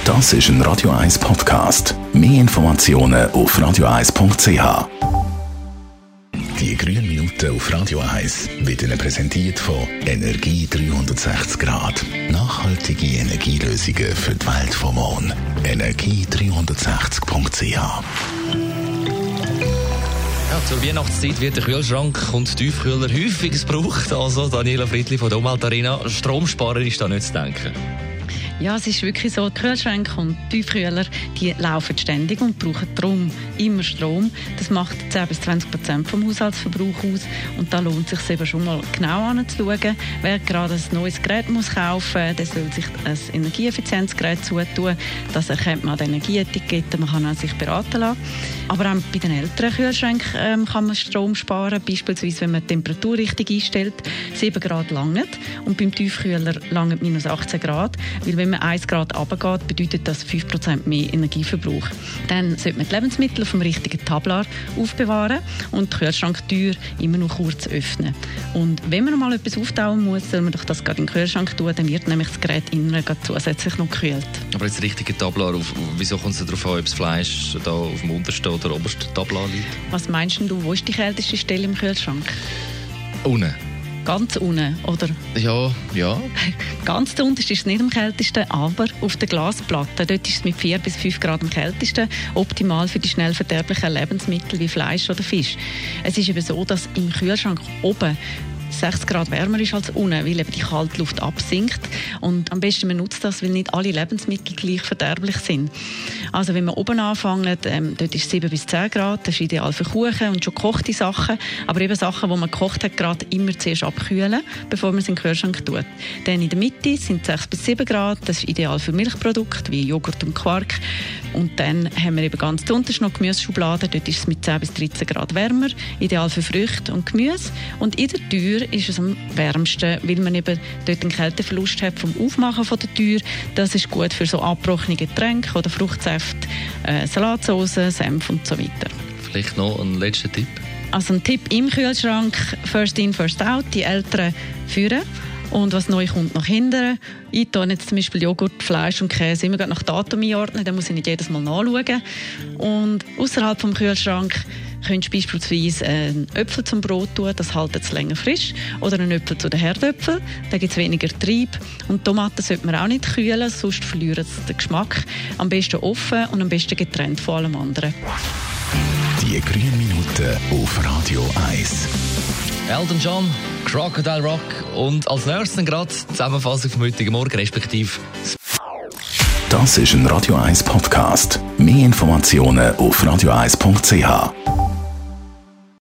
Das ist ein Radio 1 Podcast. Mehr Informationen auf radio1.ch. Die grünen Minuten auf Radio 1 wird Ihnen präsentiert von Energie 360 Grad. Nachhaltige Energielösungen für die Welt vom morgen. Energie360.ch. Ja, zur Weihnachtszeit wird der Kühlschrank und Tiefkühler häufig gebraucht. Also Daniela Friedli von der Umweltarena. Stromsparen ist da nicht zu denken. Ja, es ist wirklich so, die Kühlschränke und die Tiefkühler, die laufen ständig und brauchen darum immer Strom. Das macht 10-20% vom Haushaltsverbrauch aus. Und da lohnt es sich eben schon mal genau anzuschauen. Wer gerade ein neues Gerät muss kaufen muss, der soll sich ein Energieeffizienzgerät zutun. Das erkennt man an den Energieetiketten, man kann auch sich beraten lassen. Aber auch bei den älteren Kühlschränken kann man Strom sparen. Beispielsweise, wenn man die Temperatur richtig einstellt, 7 Grad langt. Und beim Tiefkühler langt minus 18 Grad. Weil wenn man 1 Grad runtergeht, bedeutet das 5% mehr Energieverbrauch. Dann sollte man die Lebensmittel auf dem richtigen Tablar aufbewahren und die Kühlschranktür immer noch kurz öffnen. Und wenn man mal etwas auftauen muss, soll man doch das gerade in den Kühlschrank tun, dann wird nämlich das Gerät innen zusätzlich noch gekühlt. Aber jetzt das richtige Tablar, wieso kommt es darauf an, ob das Fleisch da auf dem untersten oder obersten Tablar liegt? Was meinst du, wo ist die kälteste Stelle im Kühlschrank? Unten. Ganz unten, oder? Ja. Ganz unten ist es nicht am kältesten, aber auf der Glasplatte, dort ist es mit 4 bis 5 Grad am kältesten, optimal für die schnell verderblichen Lebensmittel wie Fleisch oder Fisch. Es ist eben so, dass im Kühlschrank oben 6 Grad wärmer ist als unten, weil eben die Kaltluft absinkt. Und am besten man nutzt das, weil nicht alle Lebensmittel gleich verderblich sind. Also wenn wir oben anfangen, dort ist 7 bis 10 Grad, das ist ideal für Kuchen und schon gekochte Sachen. Aber eben Sachen, die man gekocht hat, gerade immer zuerst abkühlen, bevor man es in den Kühlschrank tut. Dann in der Mitte sind 6 bis 7 Grad, das ist ideal für Milchprodukte wie Joghurt und Quark. Und dann haben wir eben ganz unten noch Gemüseschubladen, dort ist es mit 10 bis 13 Grad wärmer, ideal für Früchte und Gemüse. Und in der Tür ist es am wärmsten, weil man eben dort einen Kälteverlust hat vom Aufmachen von der Tür. Das ist gut für so abgebrochene Getränke oder Fruchtsäfte, Salatsauce, Senf und so weiter. Vielleicht noch ein letzter Tipp? Also ein Tipp im Kühlschrank, first in, first out, die Älteren führen. Und was neu kommt, nach hinten. Ich tue jetzt zum Beispiel Joghurt, Fleisch und Käse immer nach Datum einordnen, dann muss ich nicht jedes Mal nachschauen. Und außerhalb vom Kühlschrank könntest du beispielsweise einen Äpfel zum Brot tun, das hält es länger frisch. Oder einen Äpfel zu den Herdöpfeln, da gibt es weniger Trieb. Und Tomaten sollte man auch nicht kühlen, sonst verliert es den Geschmack. Am besten offen und am besten getrennt von allem anderen. Die grünen Minuten auf Radio 1. Elton John, Crocodile Rock und als nächstes gerade die Zusammenfassung vom heutigen Morgen, respektive. Das ist ein Radio 1 Podcast. Mehr Informationen auf radio1.ch.